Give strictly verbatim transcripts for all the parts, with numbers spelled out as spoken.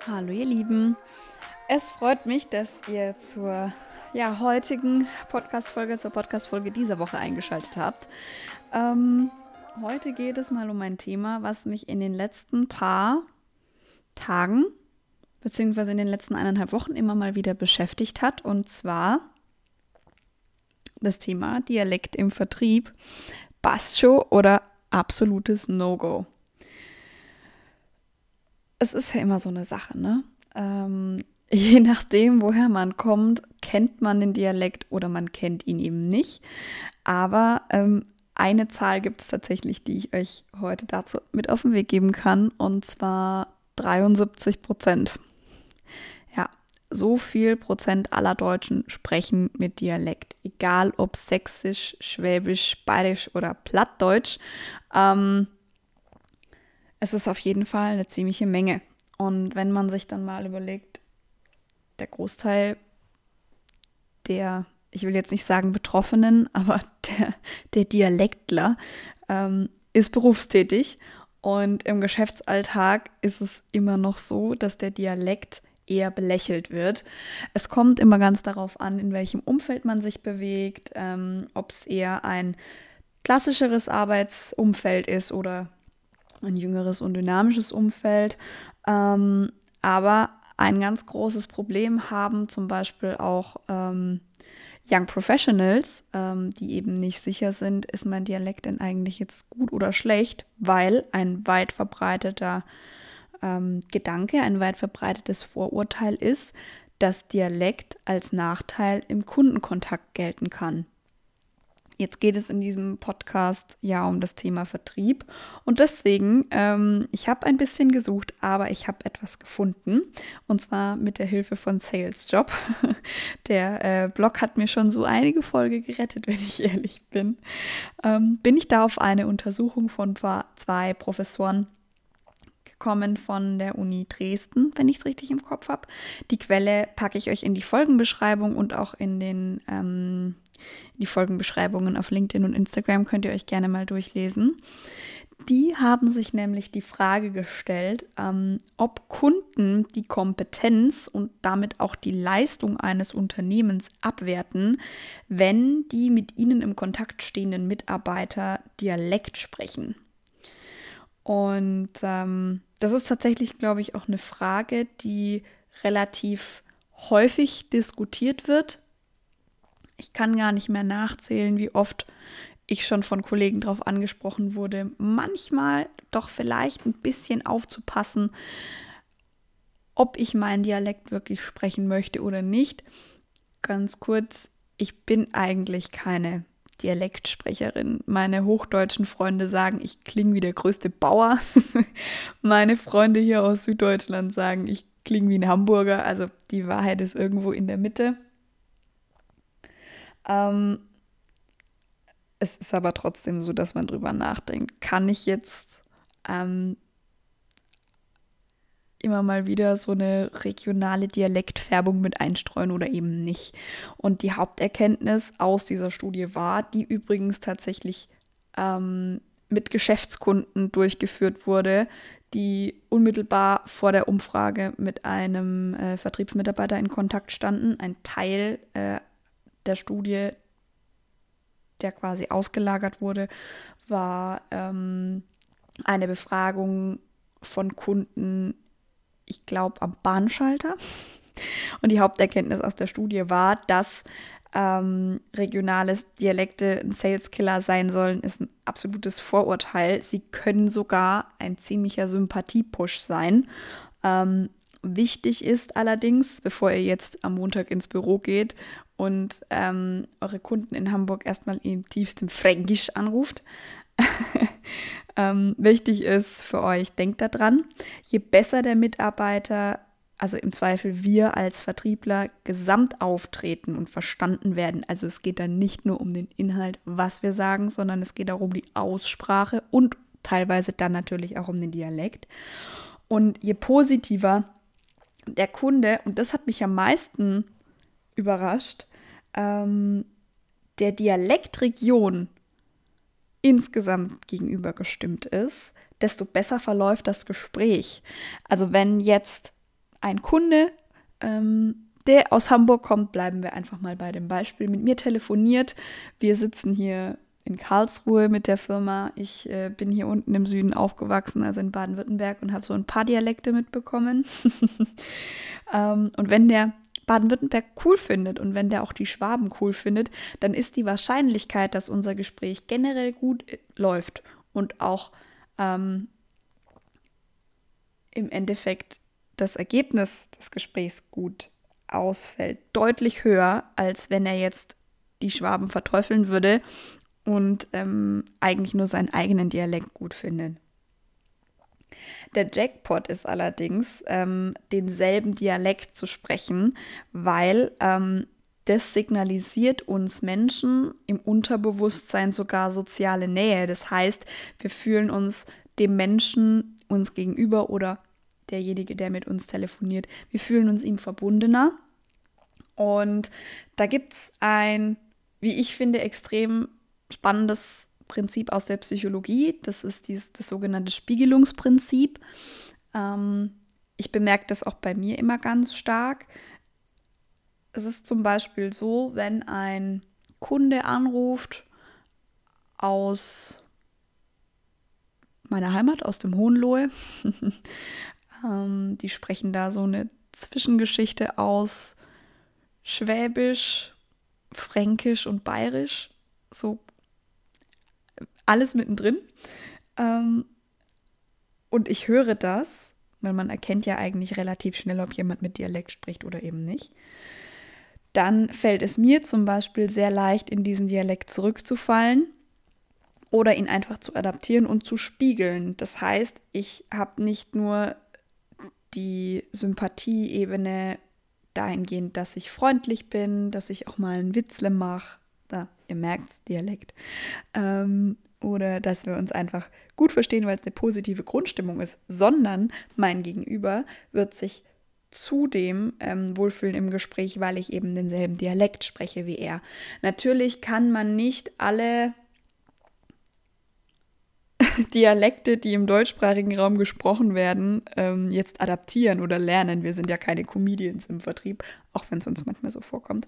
Hallo ihr Lieben, es freut mich, dass ihr zur ja, heutigen Podcast-Folge, zur Podcast-Folge dieser Woche eingeschaltet habt. Ähm, heute geht es mal um ein Thema, was mich in den letzten paar Tagen, beziehungsweise in den letzten eineinhalb Wochen immer mal wieder beschäftigt hat, und zwar das Thema Dialekt im Vertrieb, Passt-Show oder absolutes No-Go. Es ist ja immer so eine Sache, ne? Ähm, je nachdem, woher man kommt, kennt man den Dialekt oder man kennt ihn eben nicht. Aber ähm, eine Zahl gibt es tatsächlich, die ich euch heute dazu mit auf den Weg geben kann, und zwar dreiundsiebzig Prozent. Ja, so viel Prozent aller Deutschen sprechen mit Dialekt, egal ob Sächsisch, Schwäbisch, Bayerisch oder Plattdeutsch. Ähm, es ist auf jeden Fall eine ziemliche Menge. Und wenn man sich dann mal überlegt, der Großteil der, ich will jetzt nicht sagen Betroffenen, aber der, der Dialektler ähm, ist berufstätig. Und im Geschäftsalltag ist es immer noch so, dass der Dialekt eher belächelt wird. Es kommt immer ganz darauf an, in welchem Umfeld man sich bewegt, ähm, ob es eher ein klassischeres Arbeitsumfeld ist oder ein jüngeres und dynamisches Umfeld. Ähm, aber ein ganz großes Problem haben zum Beispiel auch ähm, Young Professionals, ähm, die eben nicht sicher sind, ist mein Dialekt denn eigentlich jetzt gut oder schlecht, weil ein weit verbreiteter ähm, Gedanke, ein weit verbreitetes Vorurteil ist, dass Dialekt als Nachteil im Kundenkontakt gelten kann. Jetzt geht es in diesem Podcast ja um das Thema Vertrieb, und deswegen, ähm, ich habe ein bisschen gesucht, aber ich habe etwas gefunden, und zwar mit der Hilfe von Salesjob. Der äh, Blog hat mir schon so einige Folge gerettet, wenn ich ehrlich bin. Ähm, bin ich da auf eine Untersuchung von zwei Professoren gekommen von der Uni Dresden, wenn ich es richtig im Kopf habe. Die Quelle packe ich euch in die Folgenbeschreibung und auch in den ähm, die Folgenbeschreibungen auf LinkedIn und Instagram, könnt ihr euch gerne mal durchlesen. Die haben sich nämlich die Frage gestellt, ähm, ob Kunden die Kompetenz und damit auch die Leistung eines Unternehmens abwerten, wenn die mit ihnen im Kontakt stehenden Mitarbeiter Dialekt sprechen. Und ähm, das ist tatsächlich, glaube ich, auch eine Frage, die relativ häufig diskutiert wird. Ich kann gar nicht mehr nachzählen, wie oft ich schon von Kollegen darauf angesprochen wurde, manchmal doch vielleicht ein bisschen aufzupassen, ob ich meinen Dialekt wirklich sprechen möchte oder nicht. Ganz kurz, ich bin eigentlich keine Dialektsprecherin. Meine hochdeutschen Freunde sagen, ich klinge wie der größte Bauer. Meine Freunde hier aus Süddeutschland sagen, ich klinge wie ein Hamburger. Also die Wahrheit ist irgendwo in der Mitte. Ähm, es ist aber trotzdem so, dass man drüber nachdenkt. Kann ich jetzt ähm, immer mal wieder so eine regionale Dialektfärbung mit einstreuen oder eben nicht? Und die Haupterkenntnis aus dieser Studie war, die übrigens tatsächlich ähm, mit Geschäftskunden durchgeführt wurde, die unmittelbar vor der Umfrage mit einem äh, Vertriebsmitarbeiter in Kontakt standen. Ein Teil äh, der Studie, der quasi ausgelagert wurde, war ähm, eine Befragung von Kunden, ich glaube, am Bahnschalter. Und die Haupterkenntnis aus der Studie war, dass ähm, regionale Dialekte ein Saleskiller sein sollen, ist ein absolutes Vorurteil. Sie können sogar ein ziemlicher Sympathie-Push sein. Ähm, wichtig ist allerdings, bevor ihr jetzt am Montag ins Büro geht und ähm, eure Kunden in Hamburg erstmal in tiefstem Fränkisch anruft, ähm, wichtig ist für euch, denkt daran, je besser der Mitarbeiter, also im Zweifel wir als Vertriebler, gesamt auftreten und verstanden werden. Also es geht dann nicht nur um den Inhalt, was wir sagen, sondern es geht auch um die Aussprache und teilweise dann natürlich auch um den Dialekt. Und je positiver der Kunde, und das hat mich am meisten überrascht, ähm, der Dialektregion insgesamt gegenüber gestimmt ist, desto besser verläuft das Gespräch. Also wenn jetzt ein Kunde, ähm, der aus Hamburg kommt, bleiben wir einfach mal bei dem Beispiel, mit mir telefoniert. Wir sitzen hier in Karlsruhe mit der Firma. Ich äh, bin hier unten im Süden aufgewachsen, also in Baden-Württemberg, und habe so ein paar Dialekte mitbekommen. ähm, und wenn der Baden-Württemberg cool findet und wenn der auch die Schwaben cool findet, dann ist die Wahrscheinlichkeit, dass unser Gespräch generell gut läuft und auch ähm, im Endeffekt das Ergebnis des Gesprächs gut ausfällt, deutlich höher, als wenn er jetzt die Schwaben verteufeln würde und ähm, eigentlich nur seinen eigenen Dialekt gut findet. Der Jackpot ist allerdings, ähm, denselben Dialekt zu sprechen, weil ähm, das signalisiert uns Menschen im Unterbewusstsein sogar soziale Nähe. Das heißt, wir fühlen uns dem Menschen uns gegenüber oder derjenige, der mit uns telefoniert, wir fühlen uns ihm verbundener. Und da gibt es ein, wie ich finde, extrem spannendes Prinzip aus der Psychologie. Das ist dieses, das sogenannte Spiegelungsprinzip. Ähm, ich bemerke das auch bei mir immer ganz stark. Es ist zum Beispiel so, wenn ein Kunde anruft aus meiner Heimat, aus dem Hohenlohe, ähm, die sprechen da so eine Zwischengeschichte aus Schwäbisch, Fränkisch und Bayerisch, so alles mittendrin. Ähm, und ich höre das, weil man erkennt ja eigentlich relativ schnell, ob jemand mit Dialekt spricht oder eben nicht. Dann fällt es mir zum Beispiel sehr leicht, in diesen Dialekt zurückzufallen oder ihn einfach zu adaptieren und zu spiegeln. Das heißt, ich habe nicht nur die Sympathieebene dahingehend, dass ich freundlich bin, dass ich auch mal einen Witzle mache, da, ihr merkt, Dialekt, ähm, oder dass wir uns einfach gut verstehen, weil es eine positive Grundstimmung ist, sondern mein Gegenüber wird sich zudem ähm, wohlfühlen im Gespräch, weil ich eben denselben Dialekt spreche wie er. Natürlich kann man nicht alle Dialekte, die im deutschsprachigen Raum gesprochen werden, ähm, jetzt adaptieren oder lernen. Wir sind ja keine Comedians im Vertrieb, auch wenn es uns manchmal so vorkommt.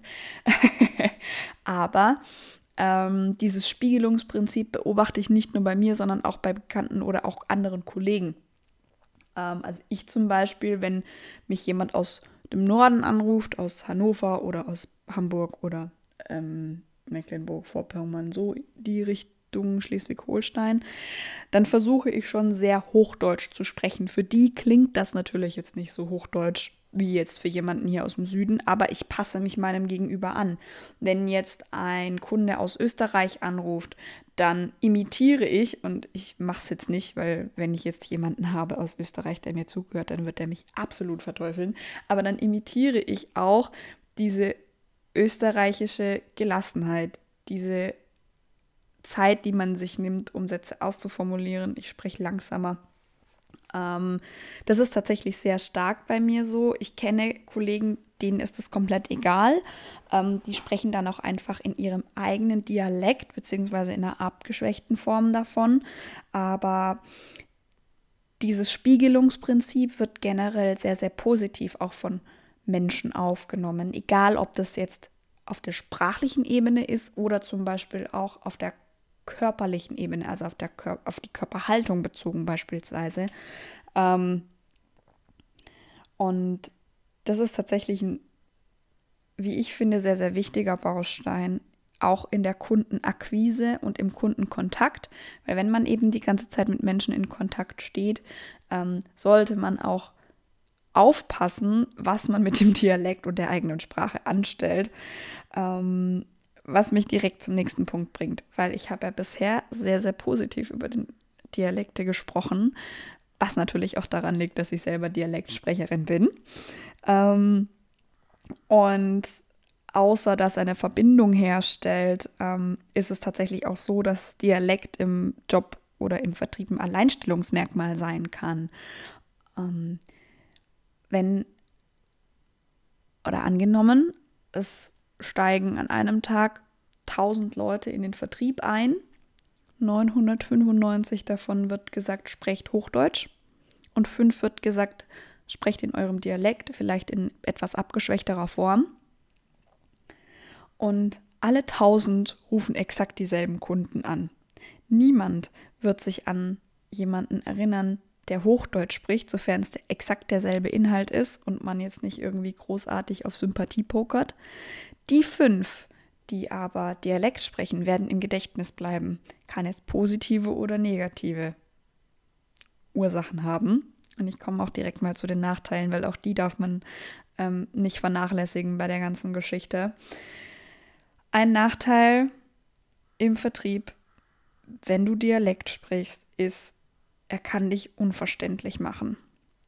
Aber ähm, dieses Spiegelungsprinzip beobachte ich nicht nur bei mir, sondern auch bei Bekannten oder auch anderen Kollegen. Ähm, also ich zum Beispiel, wenn mich jemand aus dem Norden anruft, aus Hannover oder aus Hamburg oder ähm, Mecklenburg-Vorpommern, so die Richtung, Schleswig-Holstein, dann versuche ich schon sehr Hochdeutsch zu sprechen. Für die klingt das natürlich jetzt nicht so Hochdeutsch wie jetzt für jemanden hier aus dem Süden, aber ich passe mich meinem Gegenüber an. Wenn jetzt ein Kunde aus Österreich anruft, dann imitiere ich, und ich mache es jetzt nicht, weil wenn ich jetzt jemanden habe aus Österreich, der mir zugehört, dann wird er mich absolut verteufeln, aber dann imitiere ich auch diese österreichische Gelassenheit, diese Zeit, die man sich nimmt, um Sätze auszuformulieren. Ich spreche langsamer. Ähm, das ist tatsächlich sehr stark bei mir so. Ich kenne Kollegen, denen ist es komplett egal. Ähm, die sprechen dann auch einfach in ihrem eigenen Dialekt, beziehungsweise in einer abgeschwächten Form davon. Aber dieses Spiegelungsprinzip wird generell sehr, sehr positiv auch von Menschen aufgenommen. Egal, ob das jetzt auf der sprachlichen Ebene ist oder zum Beispiel auch auf der körperlichen Ebene, also auf, der Kör- auf die Körperhaltung bezogen beispielsweise. Ähm, und das ist tatsächlich ein, wie ich finde, sehr, sehr wichtiger Baustein, auch in der Kundenakquise und im Kundenkontakt. Weil wenn man eben die ganze Zeit mit Menschen in Kontakt steht, ähm, sollte man auch aufpassen, was man mit dem Dialekt und der eigenen Sprache anstellt. Ähm, Was mich direkt zum nächsten Punkt bringt, weil ich habe ja bisher sehr, sehr positiv über den Dialekte gesprochen, was natürlich auch daran liegt, dass ich selber Dialektsprecherin bin. Ähm, und außer dass eine Verbindung herstellt, ähm, ist es tatsächlich auch so, dass Dialekt im Job oder im Vertrieb ein Alleinstellungsmerkmal sein kann. Ähm, wenn oder angenommen, es steigen an einem Tag tausend Leute in den Vertrieb ein. neunhundertfünfundneunzig davon wird gesagt, sprecht Hochdeutsch. Und fünf wird gesagt, sprecht in eurem Dialekt, vielleicht in etwas abgeschwächterer Form. Und alle tausend rufen exakt dieselben Kunden an. Niemand wird sich an jemanden erinnern, der Hochdeutsch spricht, sofern es der, exakt derselbe Inhalt ist und man jetzt nicht irgendwie großartig auf Sympathie pokert. Die fünf, die aber Dialekt sprechen, werden im Gedächtnis bleiben. Kann jetzt positive oder negative Ursachen haben. Und ich komme auch direkt mal zu den Nachteilen, weil auch die darf man ähm, nicht vernachlässigen bei der ganzen Geschichte. Ein Nachteil im Vertrieb, wenn du Dialekt sprichst, ist, er kann dich unverständlich machen.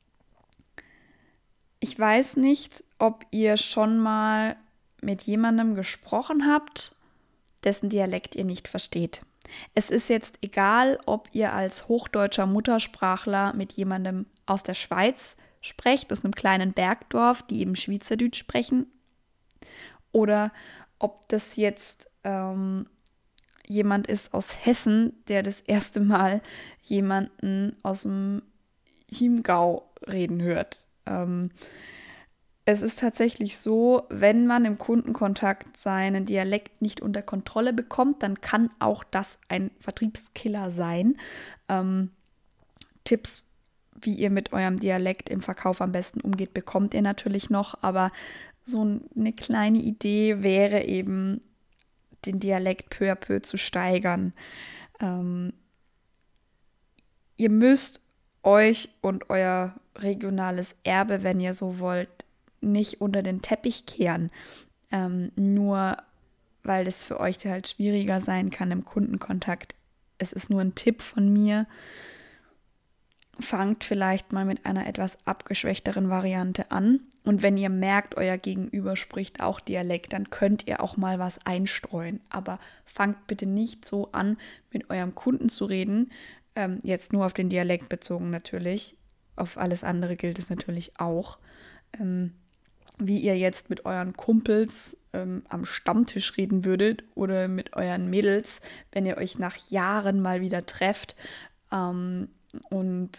Ich weiß nicht, ob ihr schon mal mit jemandem gesprochen habt, dessen Dialekt ihr nicht versteht. Es ist jetzt egal, ob ihr als hochdeutscher Muttersprachler mit jemandem aus der Schweiz sprecht, aus einem kleinen Bergdorf, die eben Schweizerdeutsch sprechen, oder ob das jetzt ähm, jemand ist aus Hessen, der das erste Mal jemanden aus dem Chiemgau reden hört. Ähm, es ist tatsächlich so, wenn man im Kundenkontakt seinen Dialekt nicht unter Kontrolle bekommt, dann kann auch das ein Vertriebskiller sein. Ähm, Tipps, wie ihr mit eurem Dialekt im Verkauf am besten umgeht, bekommt ihr natürlich noch, aber so eine kleine Idee wäre eben, den Dialekt peu à peu zu steigern. Ähm, ihr müsst euch und euer regionales Erbe, wenn ihr so wollt, nicht unter den Teppich kehren. Ähm, nur weil das für euch halt schwieriger sein kann im Kundenkontakt. Es ist nur ein Tipp von mir. Fangt vielleicht mal mit einer etwas abgeschwächteren Variante an. Und wenn ihr merkt, euer Gegenüber spricht auch Dialekt, dann könnt ihr auch mal was einstreuen. Aber fangt bitte nicht so an, mit eurem Kunden zu reden. Ähm, jetzt nur auf den Dialekt bezogen natürlich. Auf alles andere gilt es natürlich auch. Ähm, wie ihr jetzt mit euren Kumpels ähm, am Stammtisch reden würdet oder mit euren Mädels, wenn ihr euch nach Jahren mal wieder trefft. Ähm, und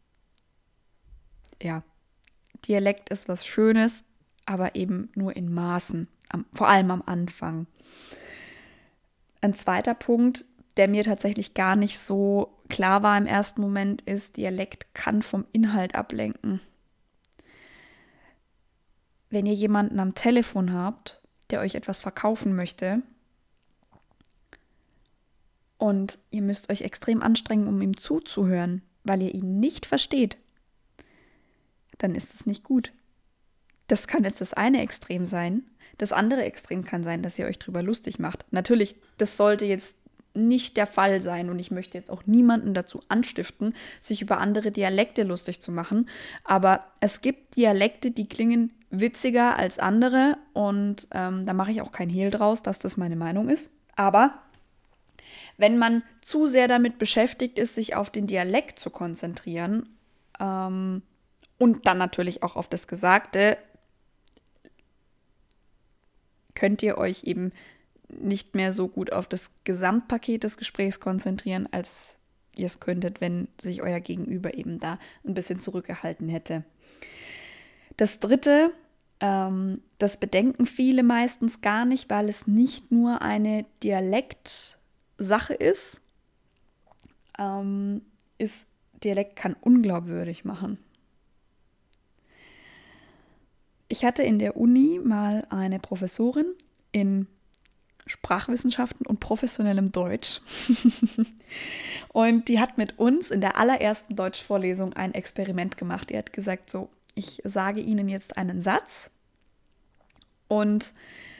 ja, Dialekt ist was Schönes, aber eben nur in Maßen, am, vor allem am Anfang. Ein zweiter Punkt, der mir tatsächlich gar nicht so klar war im ersten Moment, ist, Dialekt kann vom Inhalt ablenken. Wenn ihr jemanden am Telefon habt, der euch etwas verkaufen möchte und ihr müsst euch extrem anstrengen, um ihm zuzuhören, weil ihr ihn nicht versteht, dann ist es nicht gut. Das kann jetzt das eine Extrem sein. Das andere Extrem kann sein, dass ihr euch drüber lustig macht. Natürlich, das sollte jetzt nicht der Fall sein und ich möchte jetzt auch niemanden dazu anstiften, sich über andere Dialekte lustig zu machen. Aber es gibt Dialekte, die klingen witziger als andere und ähm, da mache ich auch kein Hehl draus, dass das meine Meinung ist. Aber wenn man zu sehr damit beschäftigt ist, sich auf den Dialekt zu konzentrieren, ähm, und dann natürlich auch auf das Gesagte, könnt ihr euch eben nicht mehr so gut auf das Gesamtpaket des Gesprächs konzentrieren, als ihr es könntet, wenn sich euer Gegenüber eben da ein bisschen zurückgehalten hätte. Das Dritte, ähm, das bedenken viele meistens gar nicht, weil es nicht nur eine Dialektsache ist, ähm, ist, Dialekt kann unglaubwürdig machen. Ich hatte in der Uni mal eine Professorin in Sprachwissenschaften und professionellem Deutsch. Und die hat mit uns in der allerersten Deutschvorlesung ein Experiment gemacht. Die hat gesagt, so, ich sage Ihnen jetzt einen Satz und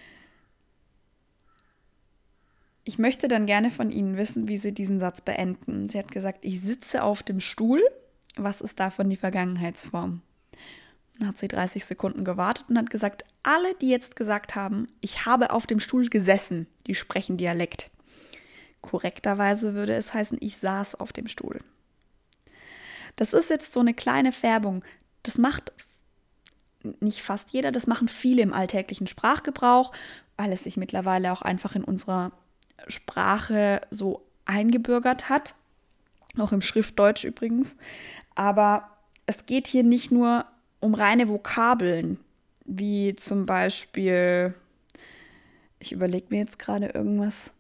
ich möchte dann gerne von Ihnen wissen, wie Sie diesen Satz beenden. Sie hat gesagt, ich sitze auf dem Stuhl. Was ist davon die Vergangenheitsform? Dann hat sie dreißig Sekunden gewartet und hat gesagt, alle, die jetzt gesagt haben, ich habe auf dem Stuhl gesessen, die sprechen Dialekt. Korrekterweise würde es heißen, ich saß auf dem Stuhl. Das ist jetzt so eine kleine Färbung. Das macht nicht fast jeder, das machen viele im alltäglichen Sprachgebrauch, weil es sich mittlerweile auch einfach in unserer Sprache so eingebürgert hat. Auch im Schriftdeutsch übrigens. Aber es geht hier nicht nur um reine Vokabeln, wie zum Beispiel, ich überlege mir jetzt gerade irgendwas,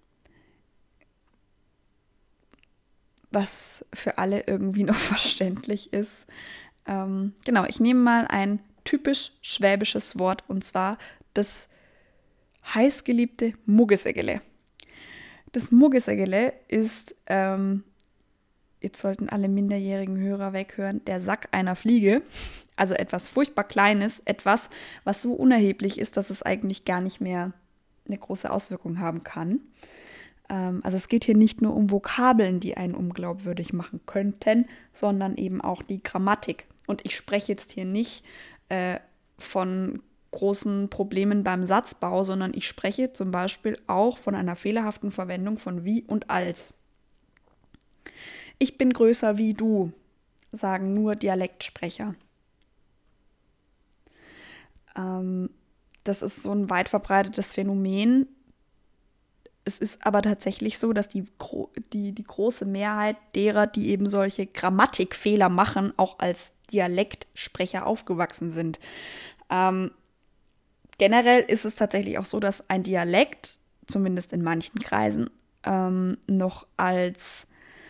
was für alle irgendwie noch verständlich ist. Ähm, genau, ich nehme mal ein typisch schwäbisches Wort, und zwar das heißgeliebte Muggesägele. Das Muggesägele ist, ähm, jetzt sollten alle minderjährigen Hörer weghören, der Sack einer Fliege. Also etwas furchtbar Kleines, etwas, was so unerheblich ist, dass es eigentlich gar nicht mehr eine große Auswirkung haben kann. Ähm, also es geht hier nicht nur um Vokabeln, die einen unglaubwürdig machen könnten, sondern eben auch die Grammatik. Und ich spreche jetzt hier nicht äh, von großen Problemen beim Satzbau, sondern ich spreche zum Beispiel auch von einer fehlerhaften Verwendung von wie und als. Ich bin größer wie du, sagen nur Dialektsprecher. Ähm, das ist so ein weit verbreitetes Phänomen. Es ist aber tatsächlich so, dass die, die, die große Mehrheit derer, die eben solche Grammatikfehler machen, auch als Dialektsprecher aufgewachsen sind. Ähm, generell ist es tatsächlich auch so, dass ein Dialekt, zumindest in manchen Kreisen, ähm, noch als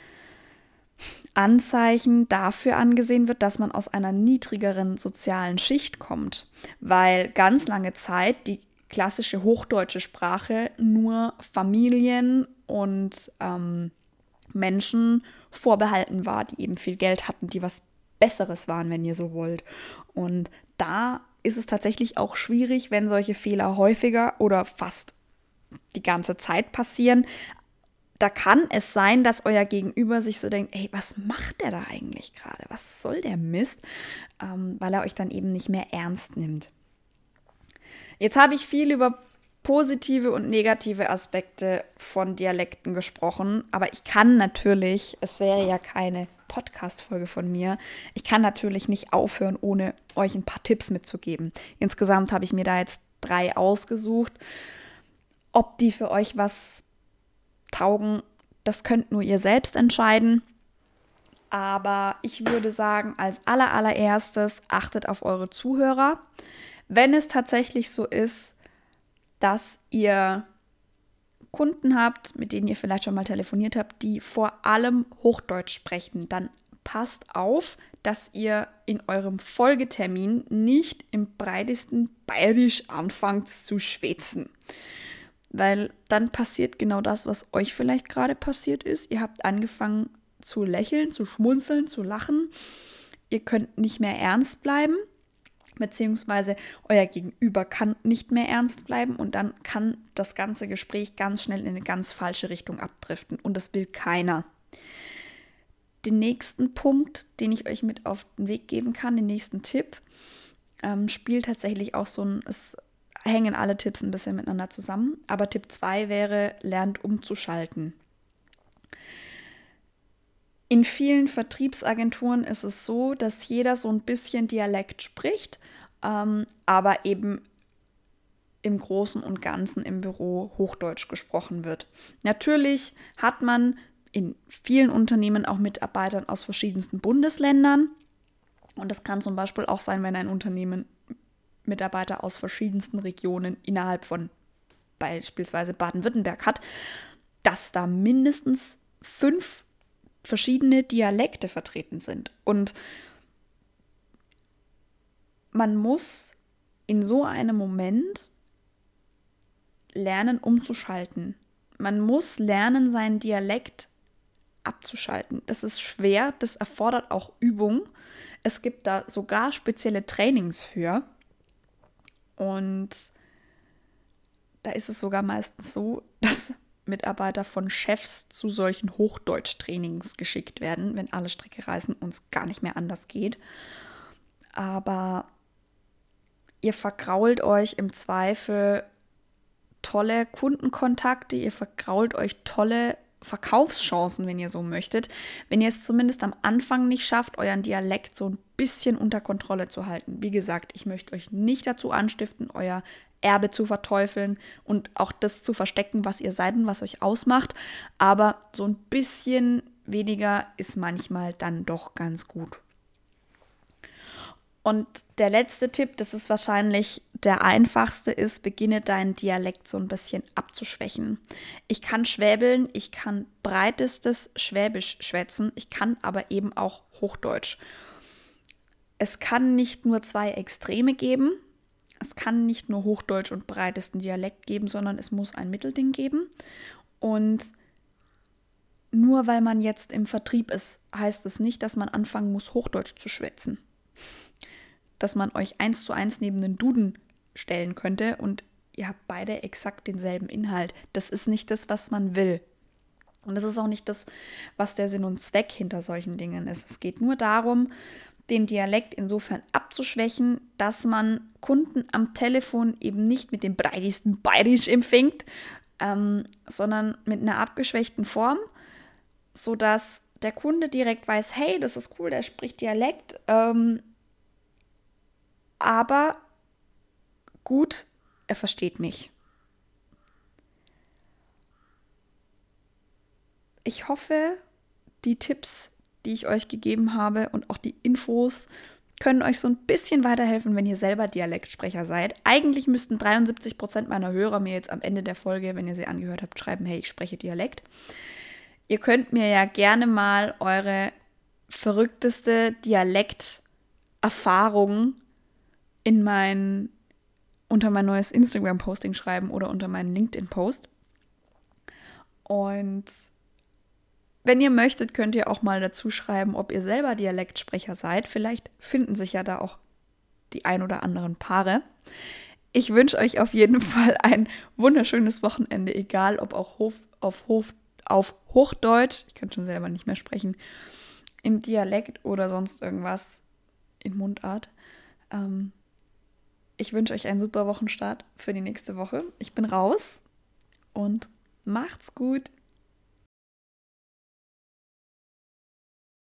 Anzeichen dafür angesehen wird, dass man aus einer niedrigeren sozialen Schicht kommt, weil ganz lange Zeit die klassische hochdeutsche Sprache nur Familien und ähm, Menschen vorbehalten war, die eben viel Geld hatten, die was Besseres waren, wenn ihr so wollt. Und da ist es tatsächlich auch schwierig, wenn solche Fehler häufiger oder fast die ganze Zeit passieren. Da kann es sein, dass euer Gegenüber sich so denkt, ey, was macht der da eigentlich gerade? Was soll der Mist? Ähm, weil er euch dann eben nicht mehr ernst nimmt. Jetzt habe ich viel über positive und negative Aspekte von Dialekten gesprochen, aber ich kann natürlich, es wäre ja keine Podcast-Folge von mir, ich kann natürlich nicht aufhören, ohne euch ein paar Tipps mitzugeben. Insgesamt habe ich mir da jetzt drei ausgesucht. Ob die für euch was taugen, das könnt nur ihr selbst entscheiden. Aber ich würde sagen, als aller, allererstes achtet auf eure Zuhörer. Wenn es tatsächlich so ist, dass ihr Kunden habt, mit denen ihr vielleicht schon mal telefoniert habt, die vor allem Hochdeutsch sprechen, dann passt auf, dass ihr in eurem Folgetermin nicht im breitesten Bayerisch anfangt zu schwätzen. Weil dann passiert genau das, was euch vielleicht gerade passiert ist. Ihr habt angefangen zu lächeln, zu schmunzeln, zu lachen. Ihr könnt nicht mehr ernst bleiben, beziehungsweise euer Gegenüber kann nicht mehr ernst bleiben und dann kann das ganze Gespräch ganz schnell in eine ganz falsche Richtung abdriften und das will keiner. Den nächsten Punkt, den ich euch mit auf den Weg geben kann, den nächsten Tipp, ähm, spielt tatsächlich auch so ein, es hängen alle Tipps ein bisschen miteinander zusammen, aber Tipp zwei wäre, lernt umzuschalten. In vielen Vertriebsagenturen ist es so, dass jeder so ein bisschen Dialekt spricht, ähm, aber eben im Großen und Ganzen im Büro Hochdeutsch gesprochen wird. Natürlich hat man in vielen Unternehmen auch Mitarbeitern aus verschiedensten Bundesländern. Und das kann zum Beispiel auch sein, wenn ein Unternehmen Mitarbeiter aus verschiedensten Regionen innerhalb von beispielsweise Baden-Württemberg hat, dass da mindestens fünf verschiedene Dialekte vertreten sind. Und man muss in so einem Moment lernen, umzuschalten. Man muss lernen, seinen Dialekt abzuschalten. Das ist schwer, das erfordert auch Übung. Es gibt da sogar spezielle Trainings für. Und da ist es sogar meistens so, dass Mitarbeiter von Chefs zu solchen Hochdeutsch-Trainings geschickt werden, wenn alle Stricke reißen und es gar nicht mehr anders geht. Aber ihr vergrault euch im Zweifel tolle Kundenkontakte, ihr vergrault euch tolle Verkaufschancen, wenn ihr so möchtet, wenn ihr es zumindest am Anfang nicht schafft, euren Dialekt so ein bisschen unter Kontrolle zu halten. Wie gesagt, ich möchte euch nicht dazu anstiften, euer Erbe zu verteufeln und auch das zu verstecken, was ihr seid und was euch ausmacht, aber so ein bisschen weniger ist manchmal dann doch ganz gut. Und der letzte Tipp, das ist wahrscheinlich der einfachste, ist, beginne deinen Dialekt so ein bisschen abzuschwächen. Ich kann schwäbeln, ich kann breitestes Schwäbisch schwätzen, ich kann aber eben auch Hochdeutsch. Es kann nicht nur zwei Extreme geben, es kann nicht nur Hochdeutsch und breitesten Dialekt geben, sondern es muss ein Mittelding geben. Und nur weil man jetzt im Vertrieb ist, heißt es nicht, dass man anfangen muss, Hochdeutsch zu schwätzen. Dass man euch eins zu eins neben den Duden stellen könnte und ihr habt beide exakt denselben Inhalt. Das ist nicht das, was man will. Und das ist auch nicht das, was der Sinn und Zweck hinter solchen Dingen ist. Es geht nur darum, den Dialekt insofern abzuschwächen, dass man Kunden am Telefon eben nicht mit dem breitesten Bayerisch empfängt, ähm, sondern mit einer abgeschwächten Form, sodass der Kunde direkt weiß, hey, das ist cool, der spricht Dialekt, ähm, aber gut, er versteht mich. Ich hoffe, die Tipps, die ich euch gegeben habe und auch die Infos können euch so ein bisschen weiterhelfen, wenn ihr selber Dialektsprecher seid. Eigentlich müssten dreiundsiebzig Prozent meiner Hörer mir jetzt am Ende der Folge, wenn ihr sie angehört habt, schreiben, hey, ich spreche Dialekt. Ihr könnt mir ja gerne mal eure verrückteste Dialekterfahrung in mein, unter mein neues Instagram-Posting schreiben oder unter meinen LinkedIn-Post. Und wenn ihr möchtet, könnt ihr auch mal dazu schreiben, ob ihr selber Dialektsprecher seid. Vielleicht finden sich ja da auch die ein oder anderen Paare. Ich wünsche euch auf jeden Fall ein wunderschönes Wochenende, egal ob auch Hof, auf, Hof, auf Hochdeutsch, ich kann schon selber nicht mehr sprechen, im Dialekt oder sonst irgendwas in Mundart. Ähm, ich wünsche euch einen super Wochenstart für die nächste Woche. Ich bin raus und macht's gut.